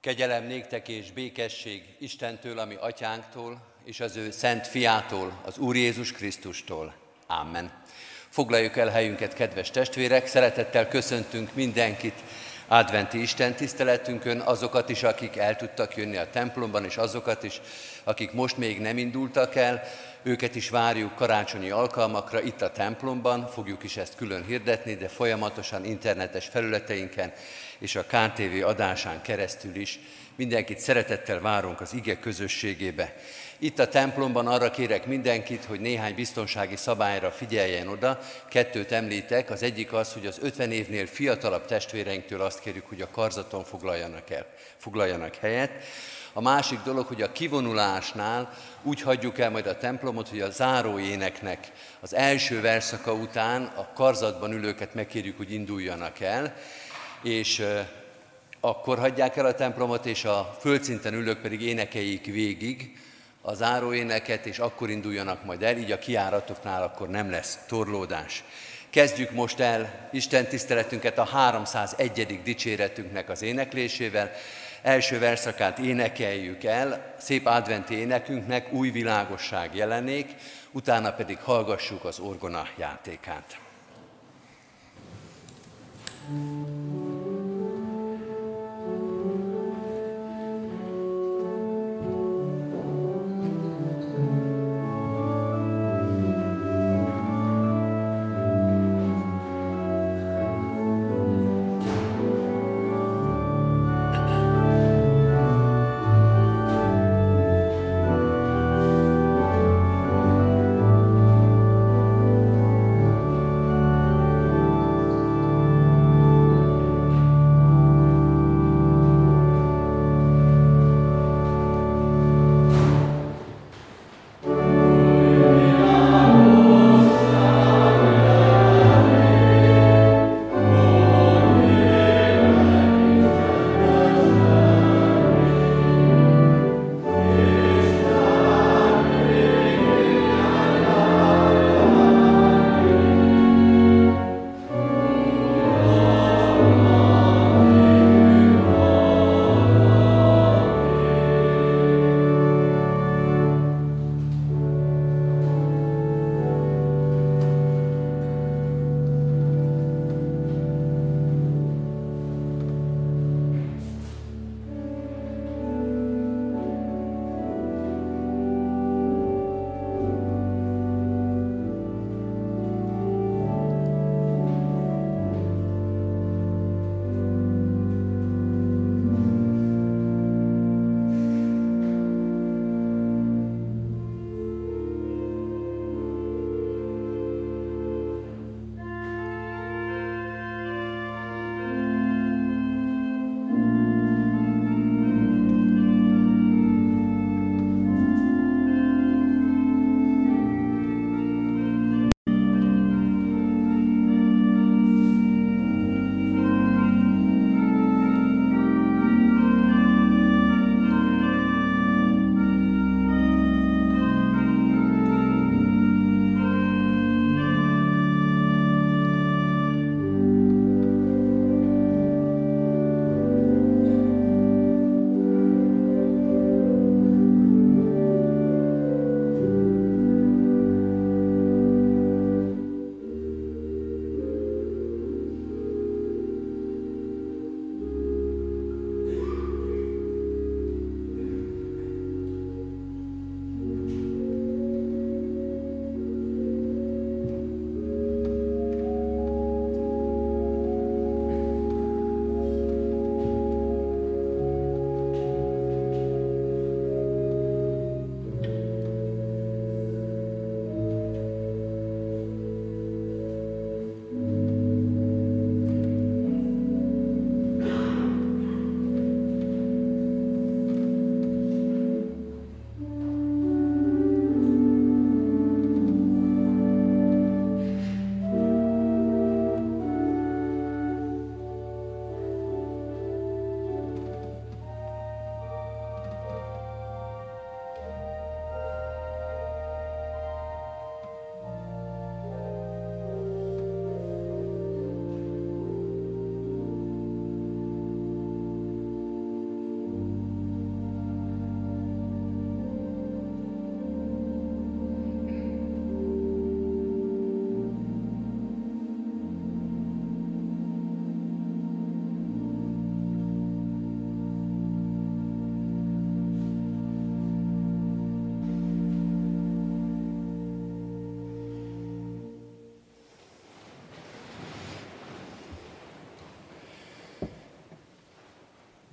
Kegyelem néktek és békesség Istentől, ami atyánktól, és az ő szent fiától, az Úr Jézus Krisztustól. Amen. Foglaljuk el helyünket, kedves testvérek, szeretettel köszöntünk mindenkit adventi Isten tiszteletünkön, azokat is, akik el tudtak jönni a templomban, és azokat is, akik most még nem indultak el, őket is várjuk karácsonyi alkalmakra itt a templomban, fogjuk is ezt külön hirdetni, de folyamatosan internetes felületeinken és a KTV adásán keresztül is mindenkit szeretettel várunk az ige közösségébe. Itt a templomban arra kérek mindenkit, hogy néhány biztonsági szabályra figyeljen oda. 2 említek, az egyik az, hogy az 50 évnél fiatalabb testvéreinktől azt kérjük, hogy a karzaton foglaljanak helyet. A másik dolog, hogy a kivonulásnál úgy hagyjuk el majd a templomot, hogy a záróéneknek az első verszaka után a karzatban ülőket megkérjük, hogy induljanak el, és akkor hagyják el a templomot, és a földszinten ülők pedig énekeljék végig a záróéneket, és akkor induljanak majd el, így a kijáratoknál akkor nem lesz torlódás. Kezdjük most el Isten tiszteletünket a 301. dicséretünknek az éneklésével. Első verszakát énekeljük el, szép adventi énekünknek, Új világosság jelenék, utána pedig hallgassuk az orgona játékát.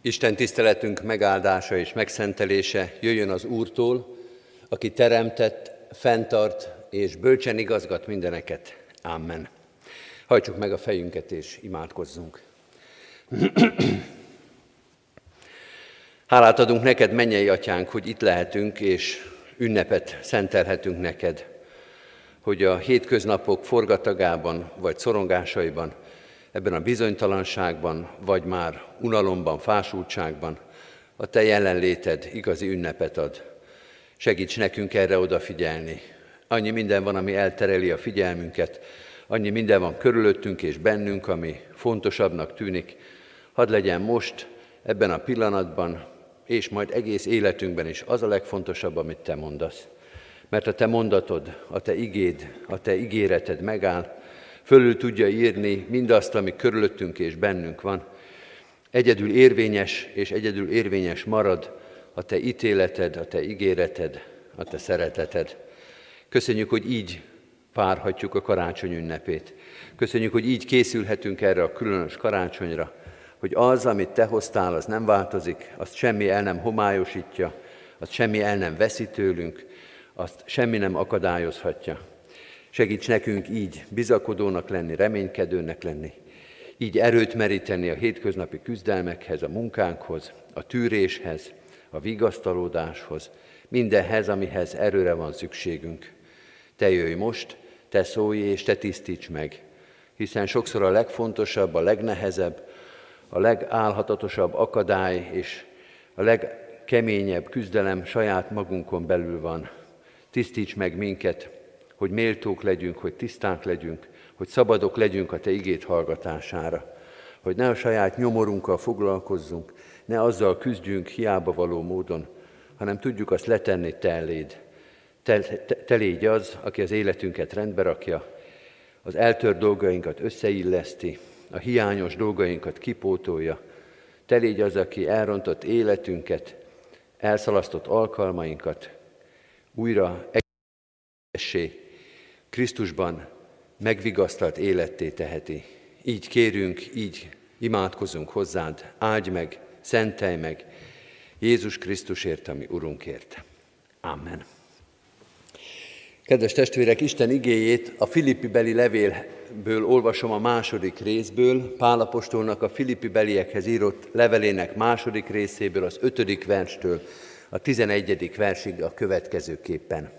Isten tiszteletünk megáldása és megszentelése jöjjön az Úrtól, aki teremtett, fenntart és bölcsen igazgat mindeneket. Amen. Hajtsuk meg a fejünket és imádkozzunk. Hálát adunk neked, mennyei atyánk, hogy itt lehetünk és ünnepet szentelhetünk neked, hogy a hétköznapok forgatagában vagy szorongásaiban, ebben a bizonytalanságban, vagy már unalomban, fásultságban a te jelenléted igazi ünnepet ad. Segíts nekünk erre odafigyelni. Annyi minden van, ami eltereli a figyelmünket, annyi minden van körülöttünk és bennünk, ami fontosabbnak tűnik. Hadd legyen most, ebben a pillanatban, és majd egész életünkben is az a legfontosabb, amit te mondasz. Mert a te mondatod, a te igéd, a te ígéreted megáll, fölül tudja írni mindazt, ami körülöttünk és bennünk van. Egyedül érvényes és egyedül érvényes marad a te ítéleted, a te ígéreted, a te szereteted. Köszönjük, hogy így várhatjuk a karácsony ünnepét. Köszönjük, hogy így készülhetünk erre a különös karácsonyra, hogy az, amit te hoztál, az nem változik, azt semmi el nem homályosítja, azt semmi el nem veszi tőlünk, azt semmi nem akadályozhatja. Segíts nekünk így bizakodónak lenni, reménykedőnek lenni, így erőt meríteni a hétköznapi küzdelmekhez, a munkánkhoz, a tűréshez, a vigasztalódáshoz, mindenhez, amihez erőre van szükségünk. Te jöjj most, te szólj és te tisztíts meg, hiszen sokszor a legfontosabb, a legnehezebb, a legálhatatosabb akadály és a legkeményebb küzdelem saját magunkon belül van. Tisztíts meg minket, hogy méltók legyünk, hogy tiszták legyünk, hogy szabadok legyünk a te igéd hallgatására, hogy ne a saját nyomorunkkal foglalkozzunk, ne azzal küzdjünk hiába való módon, hanem tudjuk azt letenni te eléd. Te légy az, aki az életünket rendbe rakja, az eltört dolgainkat összeilleszti, a hiányos dolgainkat kipótolja. Te légy az, aki elrontott életünket, elszalasztott alkalmainkat, újra egészsé, Krisztusban megvigasztalt életté teheti. Így kérünk, így imádkozunk hozzád, áldj meg, szentelj meg, Jézus Krisztusért, ami Urunkért. Amen. Kedves testvérek, Isten igéjét a Filippibeli levélből olvasom a második részből, Pál apostolnak a Filippibeliekhez írott levelének második részéből, az 5. verstől a 11. versig a következőképpen.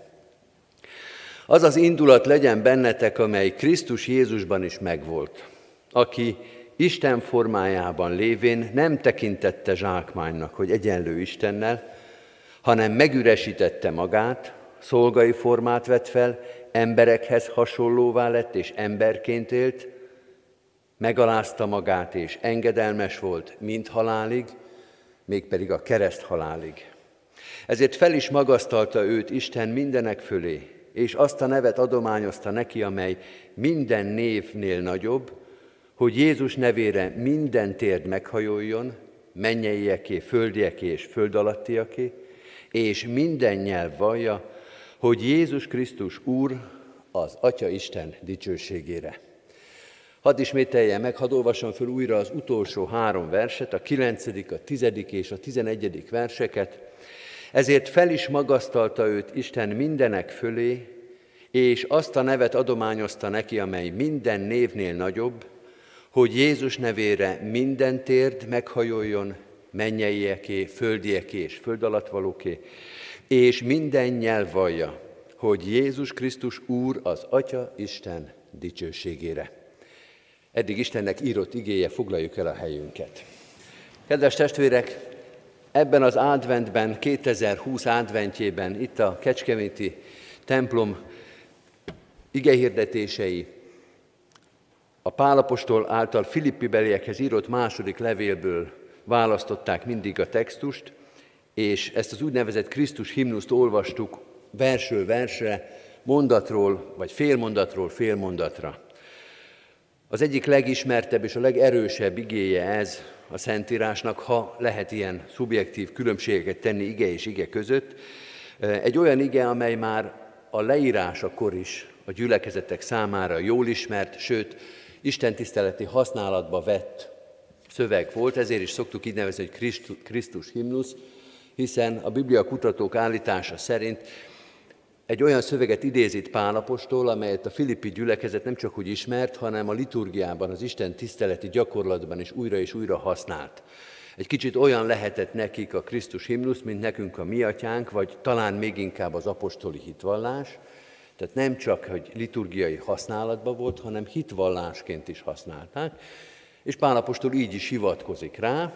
Az az indulat legyen bennetek, amely Krisztus Jézusban is megvolt, aki Isten formájában lévén nem tekintette zsákmánynak, hogy egyenlő Istennel, hanem megüresítette magát, szolgai formát vett fel, emberekhez hasonlóvá lett és emberként élt, megalázta magát és engedelmes volt mind halálig, mégpedig a kereszt halálig. Ezért fel is magasztalta őt Isten mindenek fölé, és azt a nevet adományozta neki, amely minden névnél nagyobb, hogy Jézus nevére minden térd meghajoljon, mennyieké, földieké és föld alattiaké, és minden nyelv vallja, hogy Jézus Krisztus Úr az Atya Isten dicsőségére. Hadd ismételjem meg, hadd olvasom föl újra az utolsó 3 verset, a 9., a 10. és a 11. verseket. Ezért fel is magasztalta őt Isten mindenek fölé, és azt a nevet adományozta neki, amely minden névnél nagyobb, hogy Jézus nevére minden térd meghajoljon, mennyieké, földieké és föld alattvalóké, és minden nyelv vallja, hogy Jézus Krisztus Úr az Atya Isten dicsőségére. Eddig Istennek írott igéje, foglaljuk el a helyünket. Kedves testvérek, ebben az adventben, 2020 adventjében, itt a kecskeméti templom igehirdetései, a Pál apostol által Filippibeliekhez írott második levélből választották mindig a textust, és ezt az úgynevezett Krisztus himnuszt olvastuk versről versre, mondatról, vagy félmondatról félmondatra. Az egyik legismertebb és a legerősebb igéje ez a Szentírásnak, ha lehet ilyen szubjektív különbségeket tenni ige és ige között. Egy olyan ige, amely már a leírásakor is a gyülekezetek számára jól ismert, sőt, istentiszteleti használatba vett szöveg volt, ezért is szoktuk így nevezni, hogy Krisztus himnusz, hiszen a Biblia kutatók állítása szerint egy olyan szöveget idéz itt Pál apostol, amelyet a filippi gyülekezet nem csak úgy ismert, hanem a liturgiában, az Isten tiszteleti gyakorlatban is újra használt. Egy kicsit olyan lehetett nekik a Krisztus himnusz, mint nekünk a mi atyánk, vagy talán még inkább az apostoli hitvallás. Tehát nem csak, hogy liturgiai használatban volt, hanem hitvallásként is használták. És Pál apostol így is hivatkozik rá,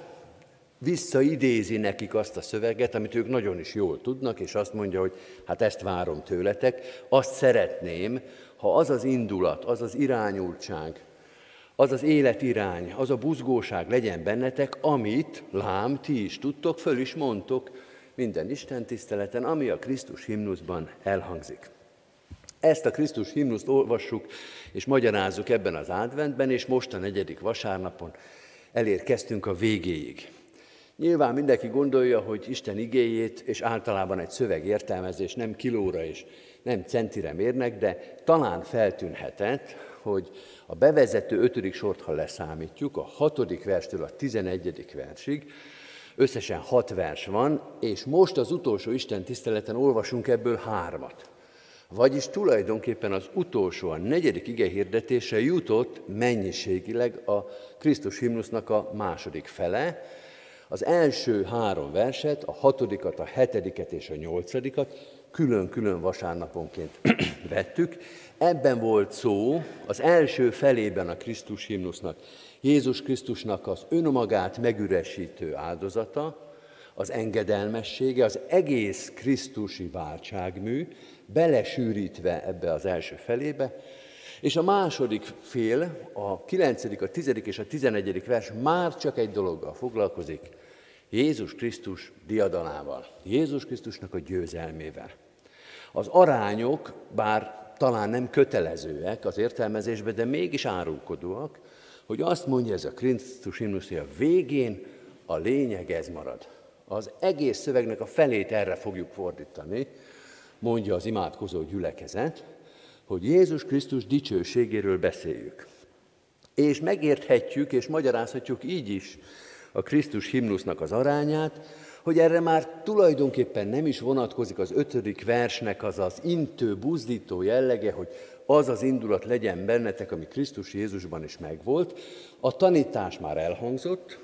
visszaidézi nekik azt a szöveget, amit ők nagyon is jól tudnak, és azt mondja, hogy hát ezt várom tőletek, azt szeretném, ha az az indulat, az az irányultság, az az életirány, az a buzgóság legyen bennetek, amit, lám, ti is tudtok, föl is mondtok minden Isten tiszteleten, ami a Krisztus himnuszban elhangzik. Ezt a Krisztus himnuszt olvassuk és magyarázzuk ebben az adventben, és most a 4. vasárnapon elérkeztünk a végéig. Nyilván mindenki gondolja, hogy Isten igéjét és általában egy szövegértelmezés nem kilóra és nem centire mérnek, de talán feltűnhetett, hogy a bevezető 5. sort, ha leszámítjuk, a 6. verstől a 11. versig, összesen 6 vers van, és most az utolsó Isten tiszteleten olvasunk ebből 3. Vagyis tulajdonképpen az utolsó, a 4. igehirdetése jutott mennyiségileg a Krisztus himnusznak a második fele. Az első 3 verset, a 6., a 7. és a 8. külön-külön vasárnaponként vettük. Ebben volt szó az első felében a Krisztus himnusznak, Jézus Krisztusnak az önmagát megüresítő áldozata, az engedelmessége, az egész krisztusi váltságmű, belesűrítve ebbe az első felébe, és a második fél, a 9., a 10. és a 11. vers már csak egy dologgal foglalkozik, Jézus Krisztus diadalával, Jézus Krisztusnak a győzelmével. Az arányok, bár talán nem kötelezőek az értelmezésben, de mégis árulkodóak, hogy azt mondja ez a Krisztus himnusz, hogy a végén a lényeg ez marad. Az egész szövegnek a felét erre fogjuk fordítani, mondja az imádkozó gyülekezet, hogy Jézus Krisztus dicsőségéről beszéljük. És megérthetjük és magyarázhatjuk így is a Krisztus himnusznak az arányát, hogy erre már tulajdonképpen nem is vonatkozik az 5. versnek az intő, buzdító jellege, hogy az az indulat legyen bennetek, ami Krisztus Jézusban is megvolt. A tanítás már elhangzott,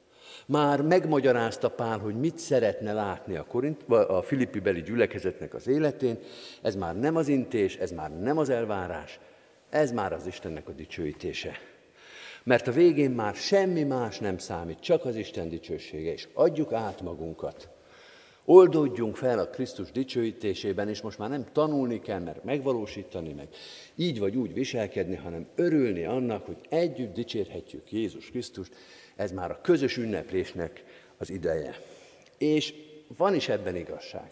már megmagyarázta Pál, hogy mit szeretne látni a filippi beli gyülekezetnek az életén. Ez már nem az intés, ez már nem az elvárás, ez már az Istennek a dicsőítése. Mert a végén már semmi más nem számít, csak az Isten dicsősége, és adjuk át magunkat. Oldódjunk fel a Krisztus dicsőítésében, és most már nem tanulni kell, mert megvalósítani, meg így vagy úgy viselkedni, hanem örülni annak, hogy együtt dicsérhetjük Jézus Krisztust. Ez már a közös ünneplésnek az ideje. És van is ebben igazság.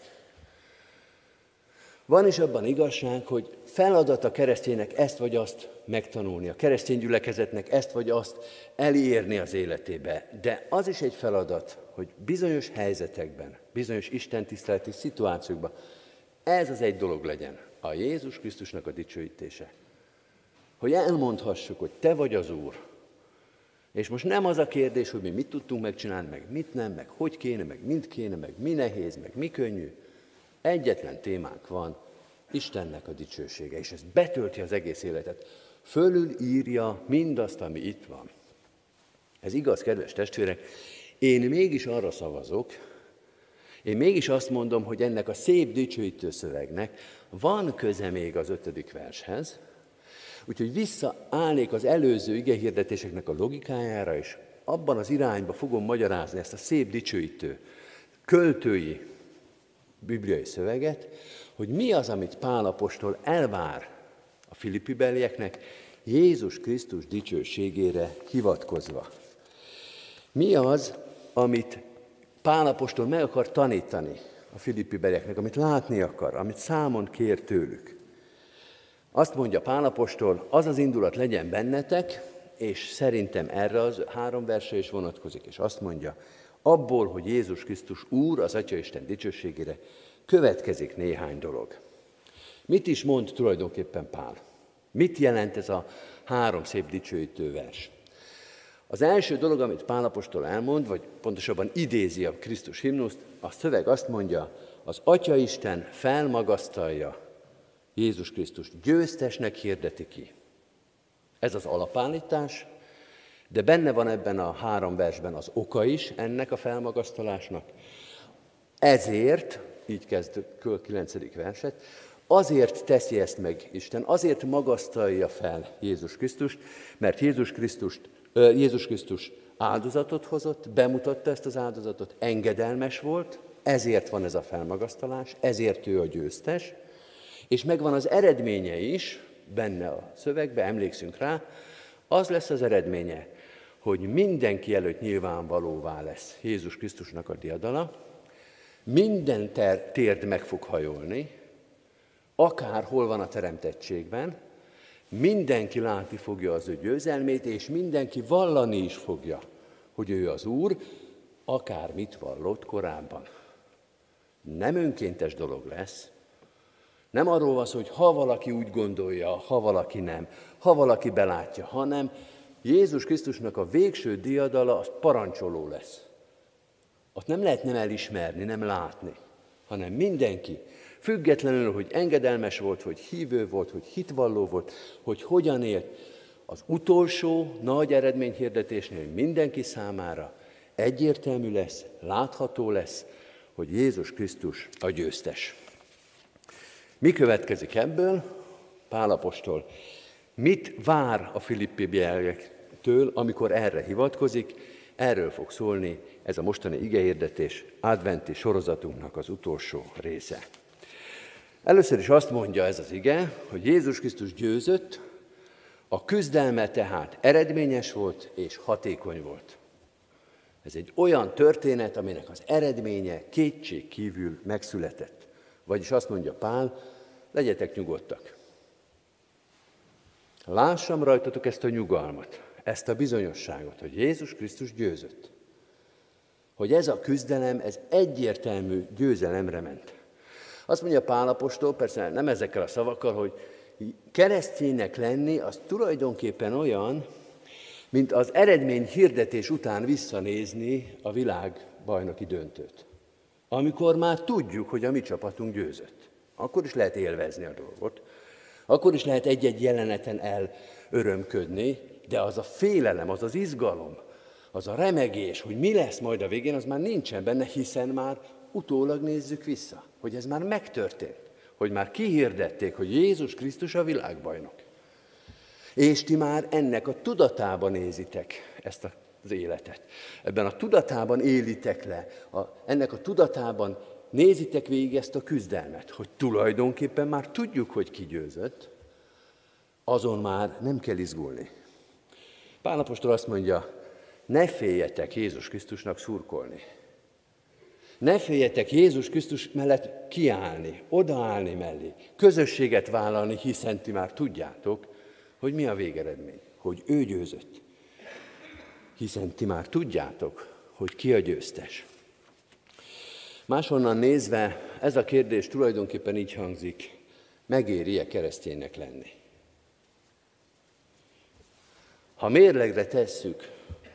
Van is abban igazság, hogy feladat a kereszténynek ezt vagy azt megtanulni, a keresztény gyülekezetnek ezt vagy azt elérni az életébe. De az is egy feladat, hogy bizonyos helyzetekben, bizonyos istentiszteleti szituációkban ez az egy dolog legyen, a Jézus Krisztusnak a dicsőítése. Hogy elmondhassuk, hogy te vagy az Úr. És most nem az a kérdés, hogy mi mit tudtunk megcsinálni, meg mit nem, meg hogy kéne, meg mind kéne, meg mi nehéz, meg mi könnyű. Egyetlen témánk van, Istennek a dicsősége, és ez betölti az egész életet. Fölül írja mindazt, ami itt van. Ez igaz, kedves testvérek, én mégis arra szavazok, én mégis azt mondom, hogy ennek a szép dicsőítő szövegnek van köze még az 5. vershez, úgyhogy visszaállnék az előző igehirdetéseknek a logikájára, és abban az irányba fogom magyarázni ezt a szép dicsőítő, költői bibliai szöveget, hogy mi az, amit Pál apostol elvár a filippi belieknek Jézus Krisztus dicsőségére hivatkozva. Mi az, amit Pál apostol meg akar tanítani a filippi belieknek, amit látni akar, amit számon kér tőlük. Azt mondja Pál apostol, az az indulat legyen bennetek, és szerintem erre az 3 verse is vonatkozik, és azt mondja, abból, hogy Jézus Krisztus Úr, az Atyaisten dicsőségére, következik néhány dolog. Mit is mond tulajdonképpen Pál? Mit jelent ez a 3 szép dicsőítő vers? Az első dolog, amit Pál apostol elmond, vagy pontosabban idézi a Krisztus himnuszt, a szöveg azt mondja, az Atyaisten felmagasztalja Jézus Krisztust, győztesnek hirdeti ki. Ez az alapállítás, de benne van ebben a 3 versben az oka is ennek a felmagasztalásnak. Ezért, így kezd a 9. verset, azért teszi ezt meg Isten, azért magasztalja fel Jézus Krisztust, mert Jézus Krisztus áldozatot hozott, bemutatta ezt az áldozatot, engedelmes volt, ezért van ez a felmagasztalás, ezért ő a győztes, és megvan az eredménye is, benne a szövegben, emlékszünk rá, az lesz az eredménye, hogy mindenki előtt nyilvánvalóvá lesz Jézus Krisztusnak a diadala, minden térd meg fog hajolni, akárhol van a teremtettségben, mindenki látni fogja az ő győzelmét, és mindenki vallani is fogja, hogy ő az Úr, akármit vallott korábban. Nem önkéntes dolog lesz, nem arról van szó, hogy ha valaki úgy gondolja, ha valaki nem, ha valaki belátja, hanem Jézus Krisztusnak a végső diadala az parancsoló lesz. Ott nem lehet nem elismerni, nem látni, hanem mindenki, függetlenül, hogy engedelmes volt, hogy hívő volt, hogy hitvalló volt, hogy hogyan élt, az utolsó nagy eredményhirdetésnél mindenki számára egyértelmű lesz, látható lesz, hogy Jézus Krisztus a győztes. Mi következik ebből? Pál apostol mit vár a filippiekbeliektől, amikor erre hivatkozik? Erről fog szólni ez a mostani igehirdetés adventi sorozatunknak az utolsó része. Először is azt mondja ez az ige, hogy Jézus Krisztus győzött, a küzdelme tehát eredményes volt és hatékony volt. Ez egy olyan történet, aminek az eredménye kétség kívül megszületett. Vagyis azt mondja Pál, legyetek nyugodtak. Lássam rajtatok ezt a nyugalmat, ezt a bizonyosságot, hogy Jézus Krisztus győzött. Hogy ez a küzdelem, ez egyértelmű győzelemre ment. Azt mondja Pál apostol, persze nem ezekkel a szavakkal, hogy kereszténynek lenni, az tulajdonképpen olyan, mint az eredmény hirdetés után visszanézni a világbajnoki döntőt. Amikor már tudjuk, hogy a mi csapatunk győzött. Akkor is lehet élvezni a dolgot, akkor is lehet egy-egy jeleneten elörömködni, de az a félelem, az az izgalom, az a remegés, hogy mi lesz majd a végén, az már nincsen benne, hiszen már utólag nézzük vissza, hogy ez már megtörtént, hogy már kihirdették, hogy Jézus Krisztus a világbajnok. És ti már ennek a tudatában nézitek ezt az életet. Ebben a tudatában élitek le, ennek a tudatában nézitek végig ezt a küzdelmet, hogy tulajdonképpen már tudjuk, hogy ki győzött, azon már nem kell izgulni. Pál apostol azt mondja, ne féljetek Jézus Krisztusnak szurkolni. Ne féljetek Jézus Krisztus mellett kiállni, odaállni mellé, közösséget vállalni, hiszen ti már tudjátok, hogy mi a végeredmény, hogy ő győzött. Hiszen ti már tudjátok, hogy ki a győztes. Máshonnan nézve ez a kérdés tulajdonképpen így hangzik, megéri-e kereszténynek lenni? Ha mérlegre tesszük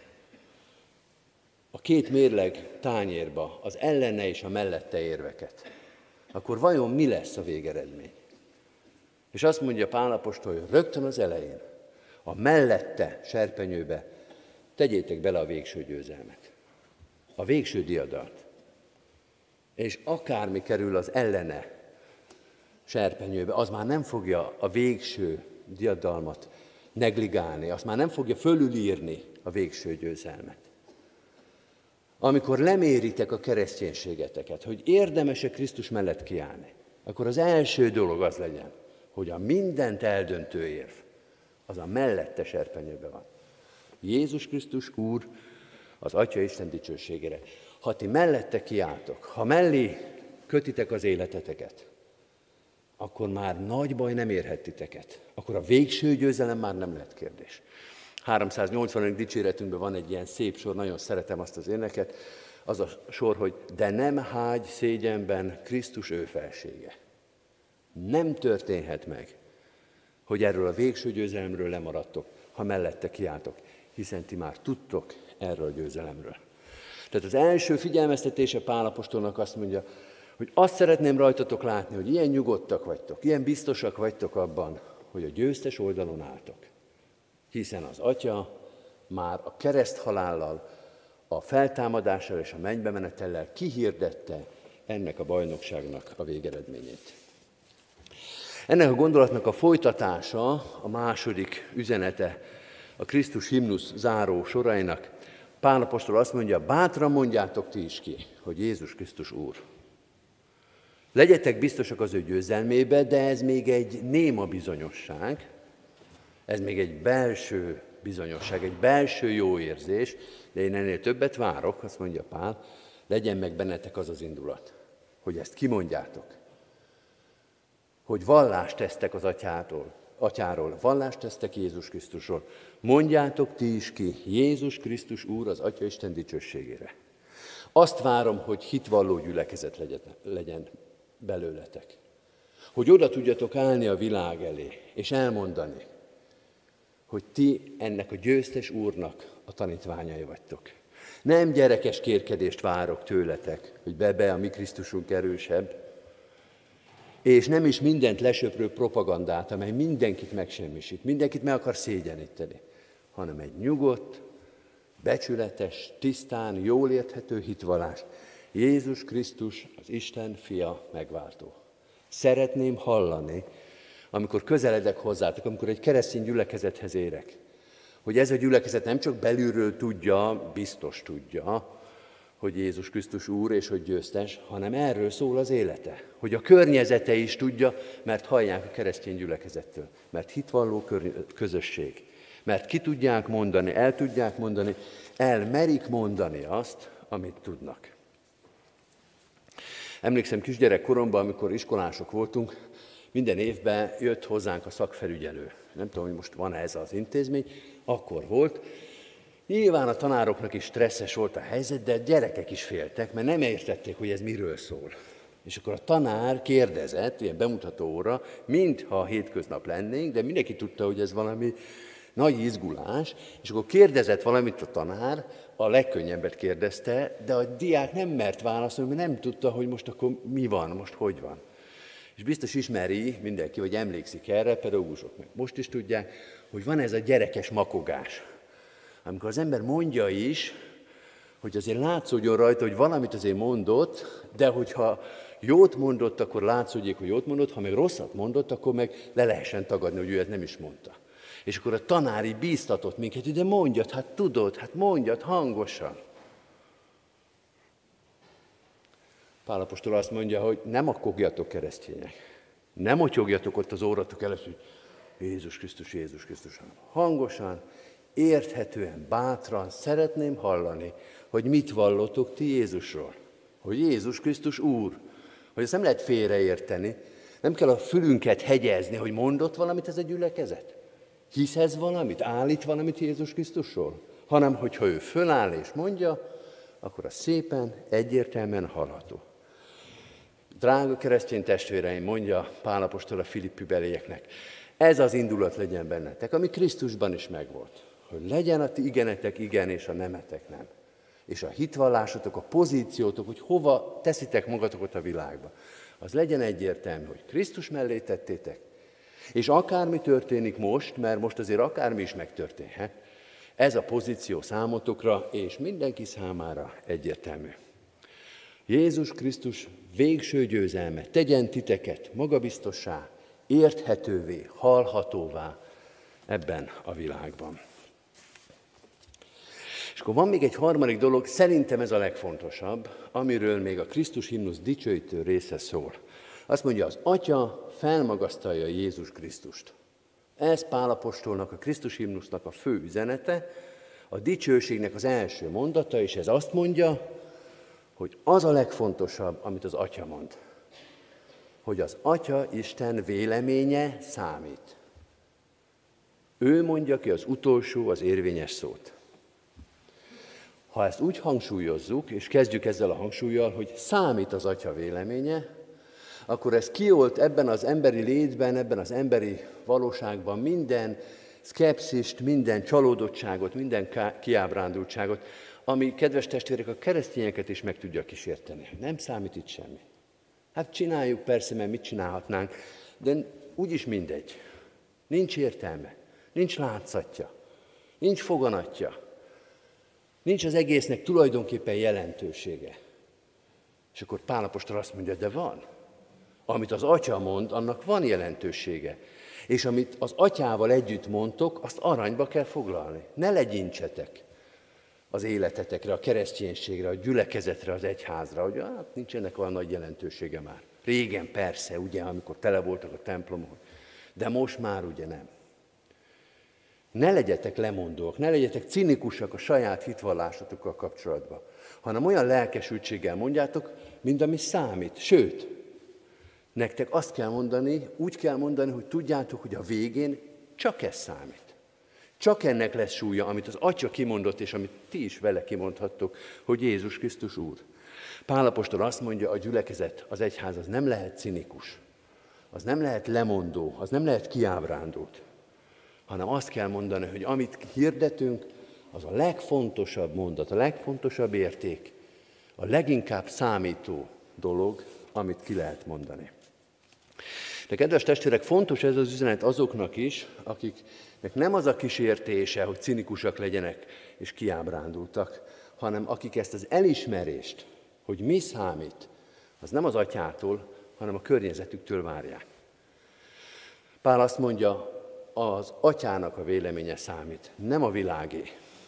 a két mérleg tányérba az ellene és a mellette érveket, akkor vajon mi lesz a végeredmény? És azt mondja Pál apostol, hogy rögtön az elején, a mellette serpenyőbe tegyétek bele a végső győzelmet, a végső diadalt. És akármi kerül az ellene serpenyőbe, az már nem fogja a végső diadalmat negligálni, azt már nem fogja fölülírni a végső győzelmet. Amikor leméritek a kereszténységeteket, hogy érdemes-e Krisztus mellett kiállni, akkor az első dolog az legyen, hogy a mindent eldöntő érv, az a mellette serpenyőben van. Jézus Krisztus Úr az Atya Isten dicsőségére. Ha ti mellette kiálltok, ha mellé kötitek az életeteket, akkor már nagy baj nem érhet titeket. Akkor a végső győzelem már nem lehet kérdés. 380. dicséretünkben van egy ilyen szép sor, nagyon szeretem azt az éneket, az a sor, hogy de nem hágy szégyenben Krisztus ő felsége. Nem történhet meg, hogy erről a végső győzelemről lemaradtok, ha mellette kiálltok. hiszen ti már tudtok erről a győzelemről. Tehát az első figyelmeztetése Pál apostolnak azt mondja, hogy azt szeretném rajtatok látni, hogy ilyen nyugodtak vagytok, ilyen biztosak vagytok abban, hogy a győztes oldalon álltok. Hiszen az Atya már a kereszthalállal, a feltámadással és a mennybe menetellel kihirdette ennek a bajnokságnak a végeredményét. Ennek a gondolatnak a folytatása, a második üzenete a Krisztus himnusz záró sorainak. Pál apostol azt mondja, bátran mondjátok ti is ki, hogy Jézus Krisztus Úr. Legyetek biztosak az ő győzelmébe, de ez még egy néma bizonyosság, ez még egy belső bizonyosság, egy belső jó érzés, de én ennél többet várok, azt mondja Pál, legyen meg bennetek az az indulat, hogy ezt kimondjátok, hogy vallást tesztek az Atyáról, vallást tesztek Jézus Krisztusról. Mondjátok ti is ki, Jézus Krisztus Úr az Atya Isten dicsőségére. Azt várom, hogy hitvalló gyülekezet legyen belőletek. Hogy oda tudjatok állni a világ elé, és elmondani, hogy ti ennek a győztes Úrnak a tanítványai vagytok. Nem gyerekes kérkedést várok tőletek, hogy be a mi Krisztusunk erősebb, és nem is mindent lesöprő propagandát, amely mindenkit megsemmisít, mindenkit meg akar szégyeníteni, hanem egy nyugodt, becsületes, tisztán, jól érthető hitvallást. Jézus Krisztus, az Isten fia, megváltó. Szeretném hallani, amikor közeledek hozzátok, amikor egy keresztény gyülekezethez érek, hogy ez a gyülekezet nem csak belülről tudja, biztos tudja, hogy Jézus Krisztus Úr és hogy győztes, hanem erről szól az élete. Hogy a környezete is tudja, mert hallják a keresztény gyülekezettől. Mert hitvalló közösség. Mert ki tudják mondani, el tudják mondani, elmerik mondani azt, amit tudnak. Emlékszem kisgyerekkoromban, amikor iskolások voltunk, minden évben jött hozzánk a szakfelügyelő. Nem tudom, hogy most van ez az intézmény, akkor volt. Nyilván a tanároknak is stresszes volt a helyzet, de a gyerekek is féltek, mert nem értették, hogy ez miről szól. És akkor a tanár kérdezett, ilyen bemutató óra, mintha a hétköznap lennénk, de mindenki tudta, hogy ez valami nagy izgulás, és akkor kérdezett valamit a tanár, a legkönnyebbet kérdezte, de a diák nem mert válaszolni, mert nem tudta, hogy most akkor mi van, most hogy van. És biztos ismeri mindenki, vagy emlékszik erre, pedagógusok meg most is tudják, hogy van ez a gyerekes makogás. Amikor az ember mondja is, hogy azért látszódjon rajta, hogy valamit azért mondott, de hogyha jót mondott, akkor látszódjék, hogy jót mondott, ha meg rosszat mondott, akkor meg le lehessen tagadni, hogy ő ezt nem is mondta. És akkor a tanári bíztatott minket, hogy de mondjad, hát tudod, hát mondjad hangosan. Pál apostol azt mondja, hogy nem makogjatok keresztények, nem motyogjatok ott az óratok előtt, hogy Jézus Krisztus, Jézus Krisztus. Hangosan, érthetően, bátran szeretném hallani, hogy mit vallotok ti Jézusról. Hogy Jézus Krisztus Úr. Hogy ezt nem lehet félreérteni. Nem kell a fülünket hegyezni, hogy mondott valamit ez a gyülekezet. Hiszez valamit, állít valamit Jézus Krisztusról. Hanem, hogyha ő föláll és mondja, akkor az szépen, egyértelműen hallható. Drága keresztény testvéreim, mondja Pál apostol a Filippi belieknek, ez az indulat legyen bennetek, ami Krisztusban is megvolt. Hogy legyen a ti igenetek igen, és a nemetek nem. És a hitvallásotok, a pozíciótok, hogy hova teszitek magatokat a világba. Az legyen egyértelmű, hogy Krisztus mellé tettétek, és akármi történik most, mert most azért akármi is megtörténhet, ez a pozíció számotokra és mindenki számára egyértelmű. Jézus Krisztus végső győzelme tegyen titeket magabiztossá, érthetővé, hallhatóvá ebben a világban. És akkor van még egy harmadik dolog, szerintem ez a legfontosabb, amiről még a Krisztus himnusz dicsőítő része szól. Azt mondja, az Atya felmagasztalja Jézus Krisztust. Ez Pál apostolnak, a Krisztus himnusznak a fő üzenete, a dicsőségnek az első mondata, és ez azt mondja, hogy az a legfontosabb, amit az Atya mond. Hogy az Atya Isten véleménye számít. Ő mondja ki az utolsó, az érvényes szót. Ha ezt úgy hangsúlyozzuk, és kezdjük ezzel a hangsúllyal, hogy számít az Atya véleménye, akkor ez kiolt ebben az emberi létben, ebben az emberi valóságban minden szkepszist, minden csalódottságot, minden kiábrándultságot, ami, kedves testvérek, a keresztényeket is meg tudja kísérteni. Nem számít itt semmi. Hát csináljuk persze, mert mit csinálhatnánk, de úgyis mindegy. Nincs értelme, nincs látszatja, nincs foganatja, nincs az egésznek tulajdonképpen jelentősége. És akkor Pál apostol azt mondja, de van. Amit az Atya mond, annak van jelentősége. És amit az Atyával együtt mondtok, azt aranyba kell foglalni. Ne legyintsetek az életetekre, a kereszténységre, a gyülekezetre, az egyházra, hogy hát nincs ennek olyan nagy jelentősége már. Régen persze, ugye, amikor tele voltak a templomok, de most már ugye nem. Ne legyetek lemondók, ne legyetek cinikusak a saját hitvallásotokkal kapcsolatban, hanem olyan lelkesültséggel mondjátok, mint ami számít. Sőt, nektek azt kell mondani, úgy kell mondani, hogy tudjátok, hogy a végén csak ez számít. Csak ennek lesz súlya, amit az Atya kimondott, és amit ti is vele kimondhattok, hogy Jézus Krisztus Úr. Pál apostol azt mondja, a gyülekezet, az egyház, az nem lehet cinikus, az nem lehet lemondó, az nem lehet kiábrándult, hanem azt kell mondani, hogy amit hirdetünk, az a legfontosabb mondat, a legfontosabb érték, a leginkább számító dolog, amit ki lehet mondani. De kedves testvérek, fontos ez az üzenet azoknak is, akiknek nem az a kísértése, hogy cinikusak legyenek és kiábrándultak, hanem akik ezt az elismerést, hogy mi számít, az nem az Atyától, hanem a környezetüktől várják. Pál azt mondja, az Atyának a véleménye számít, nem a világé,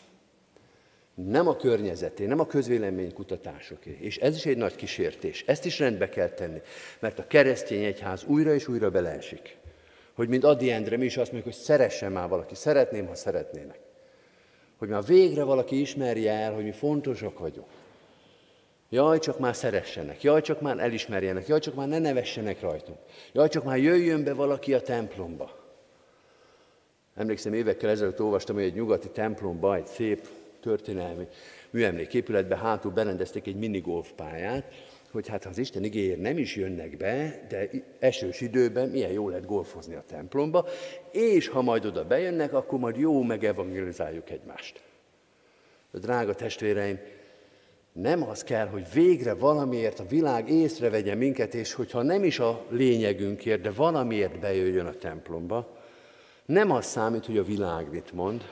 nem a környezeté, nem a közvéleménykutatásoké. És ez is egy nagy kísértés, ezt is rendbe kell tenni, mert a keresztény egyház újra és újra beleesik. Hogy mint Adi Endre, mi is azt mondjuk, hogy szeressen már valaki, szeretném, ha szeretnének. Hogy már végre valaki ismerje el, hogy mi fontosak vagyunk. Jaj, csak már szeressenek, jaj, csak már elismerjenek, jaj, csak már ne nevessenek rajtunk, jaj, csak már jöjjön be valaki a templomba. Emlékszem, évekkel ezelőtt olvastam, hogy egy nyugati templomba, egy szép történelmi műemléképületbe hátul berendezték egy minigolfpályát, hogy hát ha az Isten igéért nem is jönnek be, de esős időben milyen jó lehet golfozni a templomba, és ha majd oda bejönnek, akkor majd jó megevangelizáljuk egymást. Drága testvéreim, nem az kell, hogy végre valamiért a világ észrevegye minket, és hogyha nem is a lényegünkért, de valamiért bejöjjön a templomba, nem az számít, hogy a világ mit mond,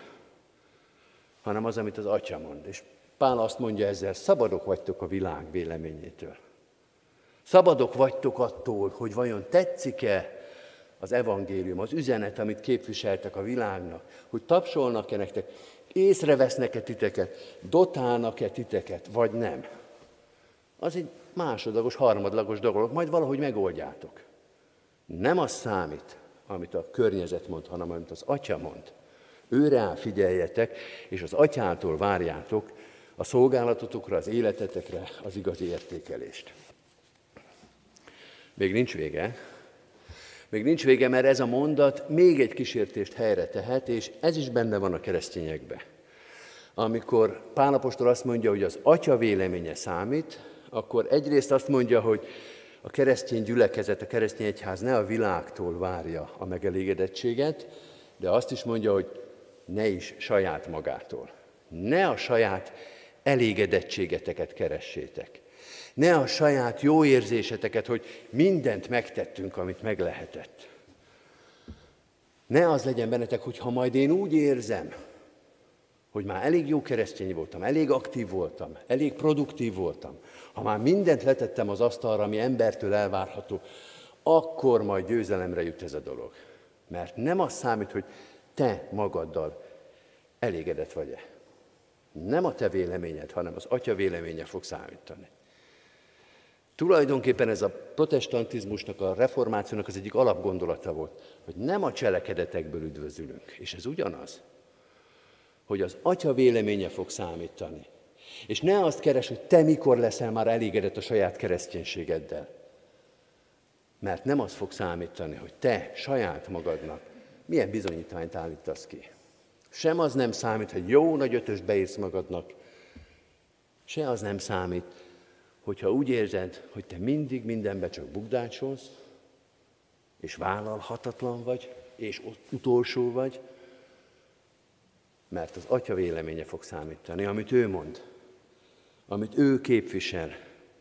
hanem az, amit az Atya mond. És Pál azt mondja ezzel, szabadok vagytok a világ véleményétől. Szabadok vagytok attól, hogy vajon tetszik-e az evangélium, az üzenet, amit képviseltek a világnak, hogy tapsolnak-e nektek, észrevesznek-e titeket, dotálnak-e titeket, vagy nem. Az egy másodlagos, harmadlagos dolog, majd valahogy megoldjátok. Nem az számít, amit a környezet mond, hanem amit az Atya mond. Őre figyeljetek, és az Atyától várjátok a szolgálatotokra, az életetekre az igazi értékelést. Még nincs vége. Még nincs vége, mert ez a mondat még egy kísértést helyre tehet, és ez is benne van a keresztényekben. Amikor Pál apostol azt mondja, hogy az Atya véleménye számít, akkor egyrészt azt mondja, hogy a keresztény gyülekezet, a keresztény egyház ne a világtól várja a megelégedettséget, de azt is mondja, hogy ne is saját magától. Ne a saját elégedettségeteket keressétek. Ne a saját jó érzéseteket, hogy mindent megtettünk, amit meg lehetett. Ne az legyen bennetek, hogy ha majd én úgy érzem, hogy már elég jó keresztény voltam, elég aktív voltam, elég produktív voltam, ha már mindent letettem az asztalra, ami embertől elvárható, akkor majd győzelemre jut ez a dolog. Mert nem az számít, hogy te magaddal elégedett vagy-e. Nem a te véleményed, hanem az Atya véleménye fog számítani. Tulajdonképpen ez a protestantizmusnak, a reformációnak az egyik alapgondolata volt, hogy nem a cselekedetekből üdvözülünk. És ez ugyanaz, hogy az Atya véleménye fog számítani. És ne azt keres, hogy te mikor leszel már elégedett a saját kereszténységeddel. Mert nem az fog számítani, hogy te saját magadnak milyen bizonyítványt állítasz ki. Sem az nem számít, hogy jó nagy ötöst beírsz magadnak, se az nem számít, hogyha úgy érzed, hogy te mindig mindenbe csak bukdácsolsz, és vállalhatatlan vagy, és utolsó vagy, Mert az Atya véleménye fog számítani, amit ő mond, amit ő képvisel.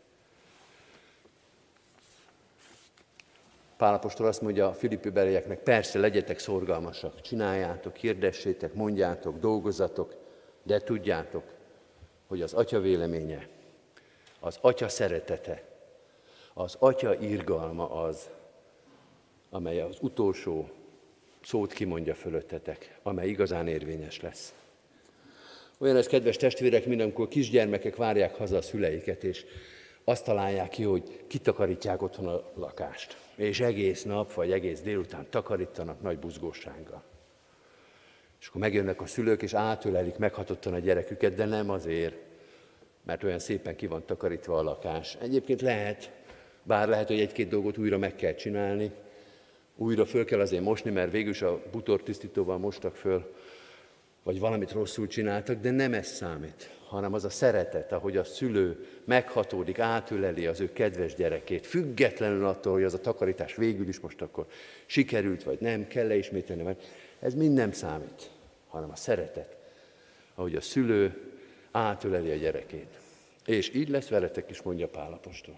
Pál apostol azt mondja a Filippi-belieknek, persze, legyetek szorgalmasak, csináljátok, hirdessétek, mondjátok, dolgozzatok, de tudjátok, hogy az Atya véleménye, az Atya szeretete, az Atya irgalma az, amely az utolsó szót kimondja fölöttetek, amely igazán érvényes lesz. Olyan ez, kedves testvérek, mint amikor kisgyermekek várják haza a szüleiket, és azt találják ki, hogy kitakarítják otthon a lakást. És egész nap, vagy egész délután takarítanak nagy buzgósággal. És akkor megjönnek a szülők, és átölelik meghatottan a gyereküket, de nem azért, mert olyan szépen ki van takarítva a lakás. Egyébként lehet, bár lehet, hogy egy-két dolgot újra meg kell csinálni, újra föl kell azért mosni, mert végülis a bútortisztítóval mostak föl, vagy valamit rosszul csináltak, de nem ez számít, hanem az a szeretet, ahogy a szülő meghatódik, átöleli az ő kedves gyerekét, függetlenül attól, hogy az a takarítás végül is most akkor sikerült, vagy nem, kell-e ismételni, mert ez mind nem számít, hanem a szeretet, ahogy a szülő átöleli a gyerekét. És így lesz veletek is, mondja Pál apostol,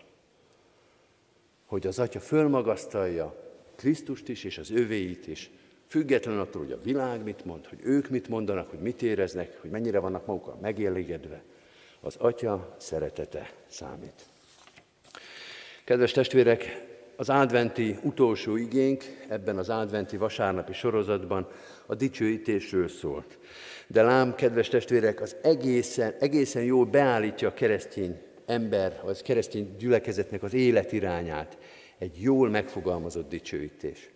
hogy az Atya fölmagasztalja Krisztust is, és az övéit is, függetlenül attól, hogy a világ mit mond, hogy ők mit mondanak, hogy mit éreznek, hogy mennyire vannak magukkal megélégedve, az Atya szeretete számít. Kedves testvérek, az adventi utolsó igénk ebben az adventi vasárnapi sorozatban a dicsőítésről szólt. De lám, kedves testvérek, az egészen jól beállítja a keresztény ember, az keresztény gyülekezetnek az életirányát, egy jól megfogalmazott dicsőítés.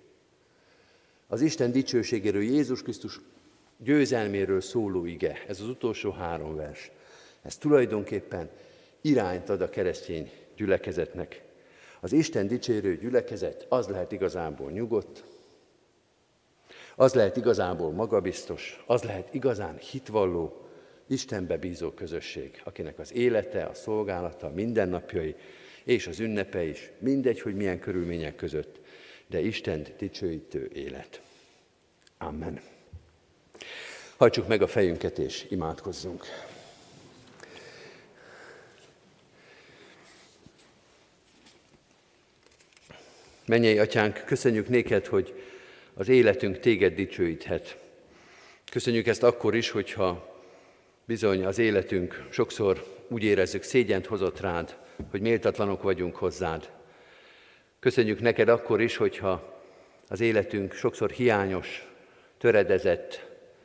Az Isten dicsőségéről, Jézus Krisztus győzelméről szóló ige, ez az utolsó 3 vers. Ez tulajdonképpen irányt ad a keresztény gyülekezetnek. Az Isten dicsérő gyülekezet az lehet igazából nyugodt, az lehet igazából magabiztos, az lehet igazán hitvalló, Istenbe bízó közösség, akinek az élete, a szolgálata, a mindennapjai és az ünnepe is, mindegy, hogy milyen körülmények között, de Istent dicsőítő élet. Amen. Hajtsuk meg a fejünket és imádkozzunk. Mennyei Atyánk, köszönjük néked, hogy az életünk téged dicsőíthet. Köszönjük ezt akkor is, hogyha bizony az életünk sokszor úgy érezzük, szégyent hozott rád, hogy méltatlanok vagyunk hozzád. Köszönjük neked akkor is, hogyha az életünk sokszor hiányos, töredezett,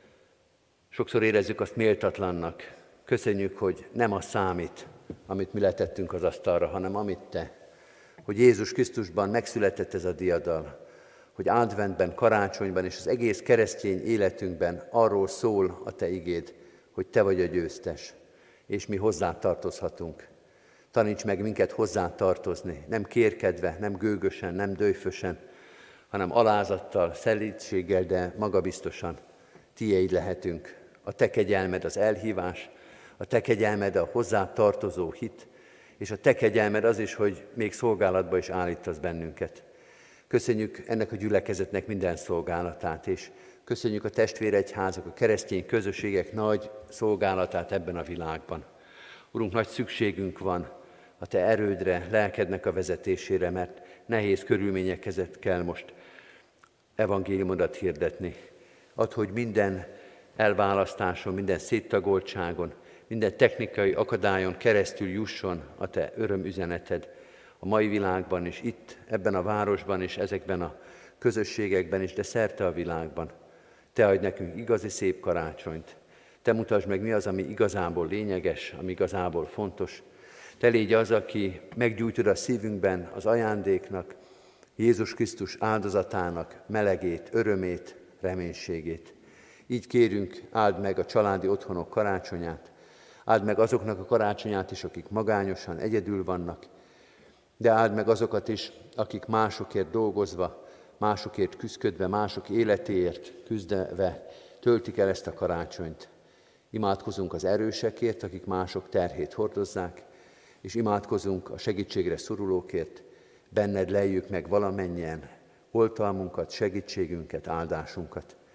sokszor érezzük azt méltatlannak. Köszönjük, hogy nem az számít, amit mi letettünk az asztalra, hanem amit te. Hogy Jézus Krisztusban megszületett ez a diadal, hogy adventben, karácsonyban és az egész keresztény életünkben arról szól a te igéd, hogy te vagy a győztes, és mi hozzá tartozhatunk. Taníts meg minket hozzá tartozni, nem kérkedve, nem gőgösen, nem döjfösen, hanem alázattal, szelídséggel, de magabiztosan tiéd lehetünk. A te kegyelmed az elhívás, a te kegyelmed a hozzá tartozó hit, és a te kegyelmed az is, hogy még szolgálatba is állítasz bennünket. Köszönjük ennek a gyülekezetnek minden szolgálatát, és köszönjük a testvéregyházak, a keresztény közösségek nagy szolgálatát ebben a világban. Urunk, nagy szükségünk van a te erődre, lelkednek a vezetésére, mert nehéz körülmények között kell most evangéliumodat hirdetni. Add, hogy minden elválasztáson, minden széttagoltságon, minden technikai akadályon keresztül jusson a te örömüzeneted a mai világban is, itt, ebben a városban is, ezekben a közösségekben is, de szerte a világban. Te adj nekünk igazi szép karácsonyt. Te mutasd meg, mi az, ami igazából lényeges, ami igazából fontos. Te légy az, aki meggyújtod a szívünkben az ajándéknak, Jézus Krisztus áldozatának melegét, örömét, reménységét. Így kérünk, áld meg a családi otthonok karácsonyát, áld meg azoknak a karácsonyát is, akik magányosan, egyedül vannak, de áld meg azokat is, akik másokért dolgozva, másokért küzdködve, mások életéért küzdve töltik el ezt a karácsonyt. Imádkozunk az erősekért, akik mások terhét hordozzák, és imádkozunk a segítségre szorulókért, benned lejjük meg valamennyien oltalmunkat, segítségünket, áldásunkat.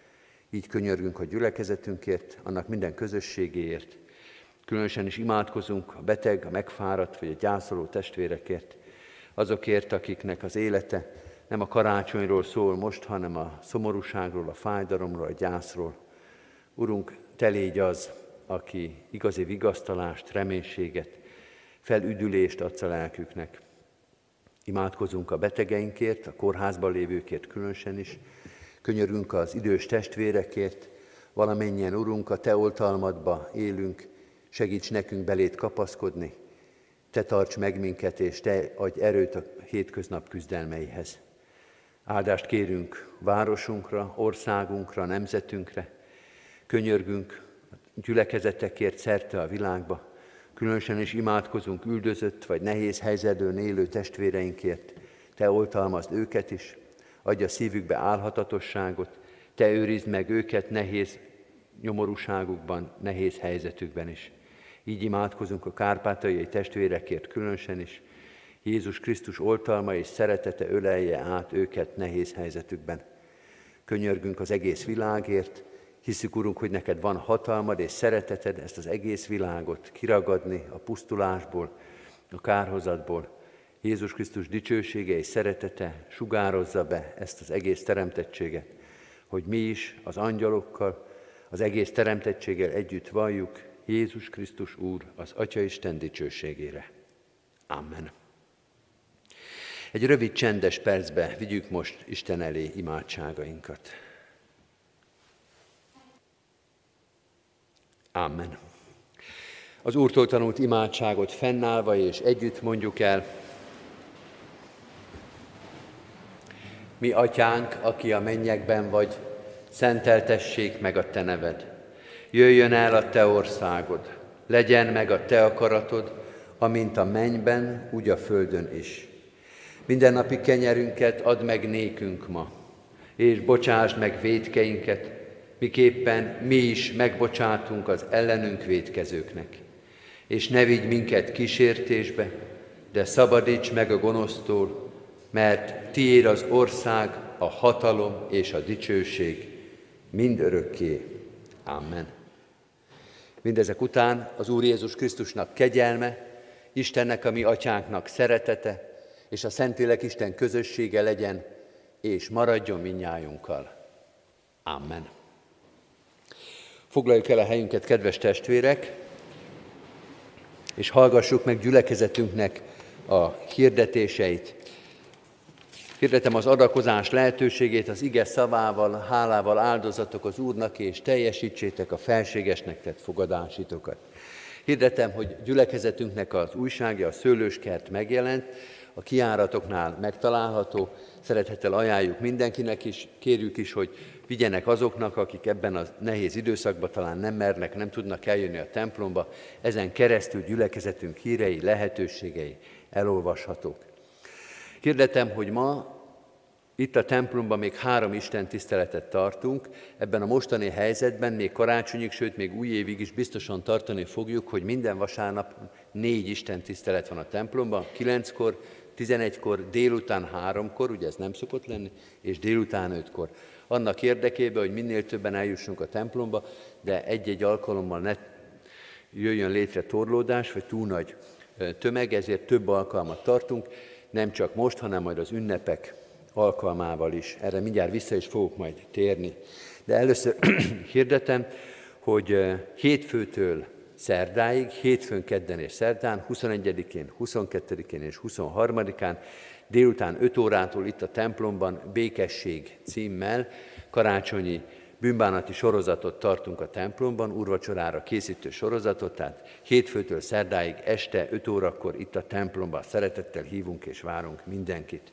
Így könyörgünk a gyülekezetünkért, annak minden közösségéért. Különösen is imádkozunk a beteg, a megfáradt vagy a gyászoló testvérekért, azokért, akiknek az élete nem a karácsonyról szól most, hanem a szomorúságról, a fájdalomról, a gyászról. Urunk, Te légy az, aki igazi vigasztalást, reménységet, felüdülést adsz a lelküknek. Imádkozunk a betegeinkért, a kórházban lévőkért különösen is. Könyörgünk az idős testvérekért, valamennyien, Urunk, a Te oltalmadba élünk, segíts nekünk beléd kapaszkodni, Te tarts meg minket, és Te adj erőt a hétköznap küzdelmeihez. Áldást kérünk városunkra, országunkra, nemzetünkre, könyörgünk a gyülekezetekért szerte a világba, különösen is imádkozunk üldözött vagy nehéz helyzetben élő testvéreinkért, Te oltalmazd őket is, adj a szívükbe álhatatosságot, Te őrizd meg őket nehéz nyomorúságukban, nehéz helyzetükben is. Így imádkozunk a kárpátaljai testvérekért különösen is. Jézus Krisztus oltalma és szeretete ölelje át őket nehéz helyzetükben. Könyörgünk az egész világért, hiszük, Urunk, hogy neked van hatalmad és szereteted ezt az egész világot kiragadni a pusztulásból, a kárhozatból. Jézus Krisztus dicsősége és szeretete sugározza be ezt az egész teremtettséget, hogy mi is az angyalokkal, az egész teremtettséggel együtt valljuk Jézus Krisztus Úr az Atyaisten dicsőségére. Amen. Egy rövid csendes percbe vigyük most Isten elé imádságainkat. Amen. Az Úrtól tanult imádságot fennállva és együtt mondjuk el. Mi atyánk, aki a mennyekben vagy, szenteltessék meg a te neved. Jöjjön el a te országod, legyen meg a te akaratod, amint a mennyben, úgy a földön is. Mindennapi kenyerünket add meg nékünk ma, és bocsásd meg vétkeinket, miképpen mi is megbocsátunk az ellenünk vétkezőknek. És ne vigy minket kísértésbe, de szabadíts meg a gonosztól, mert tiéd az ország, a hatalom és a dicsőség mindörökké. Amen. Mindezek után az Úr Jézus Krisztusnak kegyelme, Istennek, a mi atyánknak szeretete, és a Szentlélek Isten közössége legyen, és maradjon mindnyájunkkal. Amen. Foglaljuk el a helyünket, kedves testvérek, és hallgassuk meg gyülekezetünknek a hirdetéseit. Hirdetem az adakozás lehetőségét az ige szavával, hálával áldozatok az Úrnak, és teljesítsétek a felségesnek tett fogadásitokat. Hirdetem, hogy gyülekezetünknek az újságja, a Szőlőskert megjelent, a kijáratoknál megtalálható, szeretettel ajánljuk mindenkinek is, kérjük is, hogy vigyenek azoknak, akik ebben a nehéz időszakban talán nem mernek, nem tudnak eljönni a templomba, ezen keresztül gyülekezetünk hírei, lehetőségei elolvashatók. Hirdetem, hogy ma itt a templomban még 3 istentiszteletet tartunk, ebben a mostani helyzetben még karácsonyig, sőt még újévig is biztosan tartani fogjuk, hogy minden vasárnap 4 istentisztelet van a templomban, 9-kor, 11-kor, délután 3-kor, ugye ez nem szokott lenni, és délután 5-kor. Annak érdekében, hogy minél többen eljussunk a templomba, de egy-egy alkalommal ne jöjjön létre torlódás, vagy túl nagy tömeg, ezért több alkalmat tartunk, nem csak most, hanem majd az ünnepek alkalmával is. Erre mindjárt vissza is fogok majd térni. De először hirdetem, hogy hétfőtől szerdáig, hétfőn, kedden és szerdán, 21-én, 22-én és 23-án, délután 5 órától itt a templomban Békesség címmel karácsonyi bűnbánati sorozatot tartunk a templomban, úrvacsorára készítő sorozatot, tehát hétfőtől szerdáig este 5 órakor itt a templomban szeretettel hívunk és várunk mindenkit.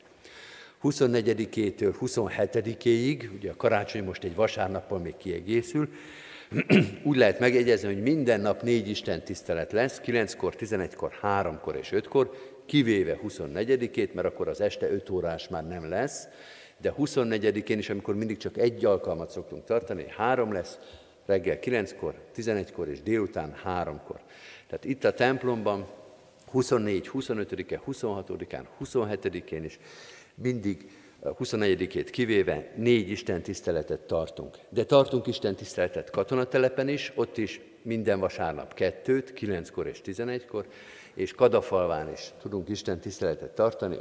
24-től 27-ig, ugye a karácsony most egy vasárnappal még kiegészül, úgy lehet megegyezni, hogy minden nap 4 istentisztelet lesz, 9-kor, 11-kor, 3-kor és 5-kor, kivéve 24-ét, mert akkor az este 5 órás már nem lesz, de 24-én is, amikor mindig csak egy alkalmat szoktunk tartani, 3 lesz, reggel 9-kor, 11-kor és délután 3-kor. Tehát itt a templomban 24, 25-e, 26-án, 27-én is mindig a 24-ét kivéve 4 istentiszteletet tartunk. De tartunk istentiszteletet katonatelepen is, ott is minden vasárnap 2-t, 9-kor és 11-kor, és Kadafalván is tudunk istentiszteletet tartani,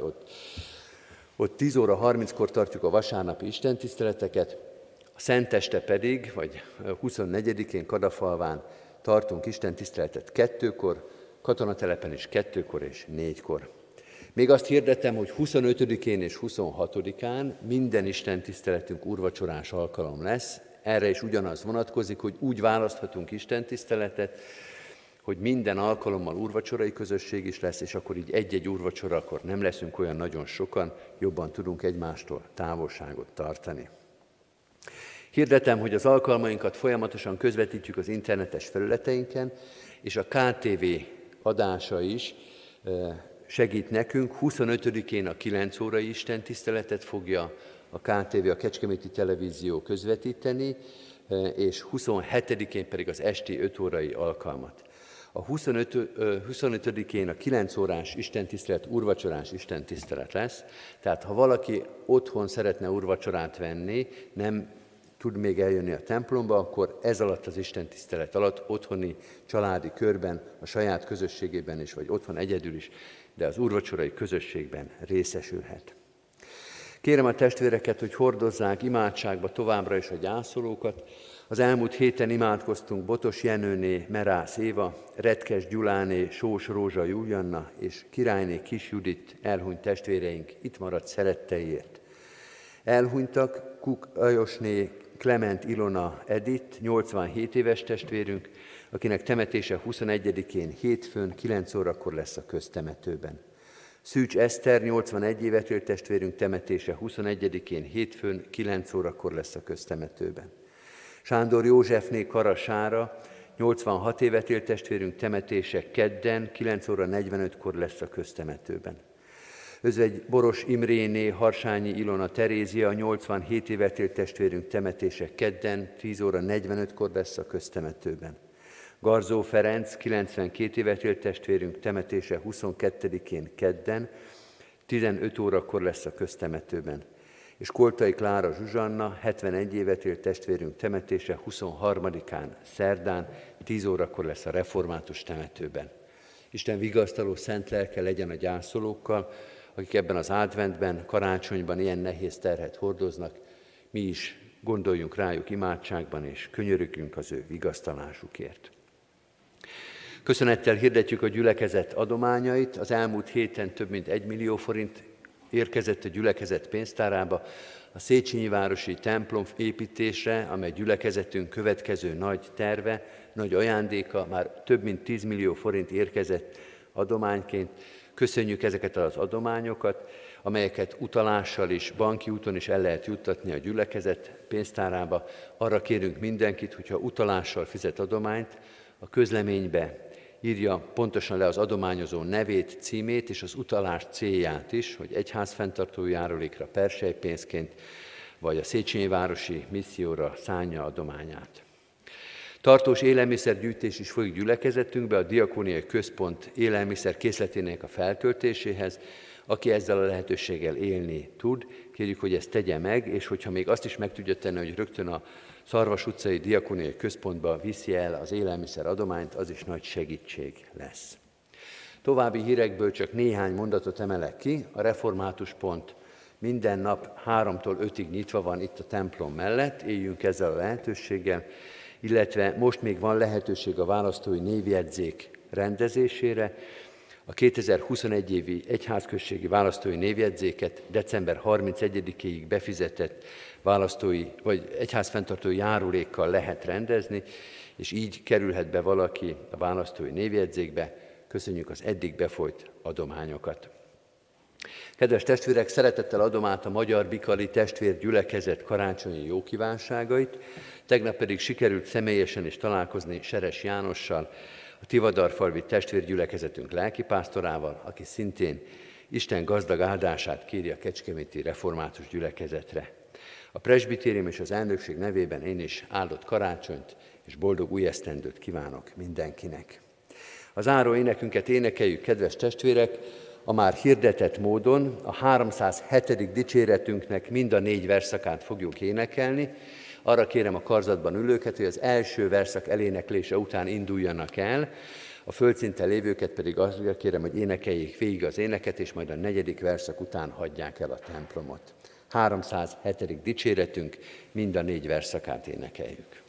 ott 10 óra 30-kor tartjuk a vasárnapi istentiszteleteket, a Szenteste pedig, vagy 24-én Kadafalván tartunk istentiszteletet 2-kor, katonatelepen is 2-kor és 4-kor. Még azt hirdetem, hogy 25-én és 26-án minden istentiszteletünk úrvacsorás alkalom lesz. Erre is ugyanaz vonatkozik, hogy úgy választhatunk istentiszteletet, hogy minden alkalommal úrvacsorai közösség is lesz, és akkor így egy-egy úrvacsorakor nem leszünk olyan nagyon sokan, jobban tudunk egymástól távolságot tartani. Hirdetem, hogy az alkalmainkat folyamatosan közvetítjük az internetes felületeinken, és a KTV adása is segít nekünk. 25-én a 9 órai istentiszteletet fogja a KTV, a Kecskeméti Televízió közvetíteni, és 27-én pedig az esti 5 órai alkalmat. A 25-én a 9 órás istentisztelet úrvacsorás istentisztelet lesz, tehát ha valaki otthon szeretne úrvacsorát venni, nem tud még eljönni a templomba, akkor ez alatt az istentisztelet alatt otthoni családi körben, a saját közösségében is, vagy otthon egyedül is, de az úrvacsorai közösségben részesülhet. Kérem a testvéreket, hogy hordozzák imádságba továbbra is a gyászolókat. Az elmúlt héten imádkoztunk Botos Jenőné, Merász Éva, Retkes Gyuláné, Sós Rózsa Julianna és Királyné Kis Judit elhunyt testvéreink itt maradt szeretteiért. Elhunytak Kuk Lajosné, Klement Ilona Edith, 87 éves testvérünk, akinek temetése 21-én hétfőn 9 órakor lesz a köztemetőben. Szűcs Eszter, 81 évet élt testvérünk, temetése 21-én hétfőn 9 órakor lesz a köztemetőben. Sándor Józsefné Karasára, 86 évet élt testvérünk, temetése kedden 9 óra 45-kor lesz a köztemetőben. Özvegy Boros Imréné, Harsányi Ilona Terézia, 87 évet élt testvérünk, temetése kedden 10 óra 45-kor lesz a köztemetőben. Garzó Ferenc, 92 évet élt testvérünk, temetése 22-én kedden, 15 órakor lesz a köztemetőben. És Koltai Klára Zsuzsanna, 71 évet élt testvérünk, temetése 23-án szerdán, 10 órakor lesz a református temetőben. Isten vigasztaló szent lelke legyen a gyászolókkal, akik ebben az adventben, karácsonyban ilyen nehéz terhet hordoznak. Mi is gondoljunk rájuk imádságban, és könyörögjünk az ő vigasztalásukért. Köszönettel hirdetjük a gyülekezet adományait. Az elmúlt héten több mint 1 millió forint érkezett a gyülekezet pénztárába a Széchenyi városi templom építésre, amely gyülekezetünk következő nagy terve, nagy ajándéka, már több mint 10 millió forint érkezett adományként. Köszönjük ezeket az adományokat, amelyeket utalással is, banki úton is el lehet juttatni a gyülekezet pénztárába. Arra kérünk mindenkit, hogyha utalással fizet adományt, a közleménybe írja pontosan le az adományozó nevét, címét és az utalás célját is, hogy egyházfenntartói járulékra, perselypénzként, vagy a Széchenyi városi misszióra szánja adományát. Tartós élelmiszergyűjtés is folyik gyülekezetünkbe a Diakóniai Központ élelmiszer készletének a feltöltéséhez. Aki ezzel a lehetőséggel élni tud, kérjük, hogy ezt tegye meg, és hogyha még azt is meg tudja tenni, hogy rögtön a Szarvas utcai Diakóniai Központba viszi el az élelmiszer adományt, az is nagy segítség lesz. További hírekből csak néhány mondatot emelek ki. A református pont minden nap 3-tól 5-ig nyitva van itt a templom mellett, éljünk ezzel a lehetőséggel, illetve most még van lehetőség a választói névjegyzék rendezésére. A 2021 évi egyházközségi választói névjegyzéket december 31-ig befizetett választói vagy egyházfenntartói járulékkal lehet rendezni, és így kerülhet be valaki a választói névjegyzékbe. Köszönjük az eddig befolyt adományokat. Kedves testvérek, szeretettel adom át a Magyar Bikali Testvérgyülekezet karácsonyi jókívánságait, tegnap pedig sikerült személyesen is találkozni Seres Jánossal, a Tivadarfalvi testvérgyülekezetünk lelkipásztorával, aki szintén Isten gazdag áldását kéri a kecskeméti református gyülekezetre. A presbitérium és az elnökség nevében én is áldott karácsonyt és boldog új esztendőt kívánok mindenkinek. Az záró énekünket énekeljük, kedves testvérek, a már hirdetett módon a 307. dicséretünknek mind a 4 verszakát fogjuk énekelni. Arra kérem a karzatban ülőket, hogy az első verszak eléneklése után induljanak el, a földszinten lévőket pedig azt kérem, hogy énekeljék végig az éneket, és majd a 4. verszak után hagyják el a templomot. 307. dicséretünk, mind a 4 verszakát énekeljük.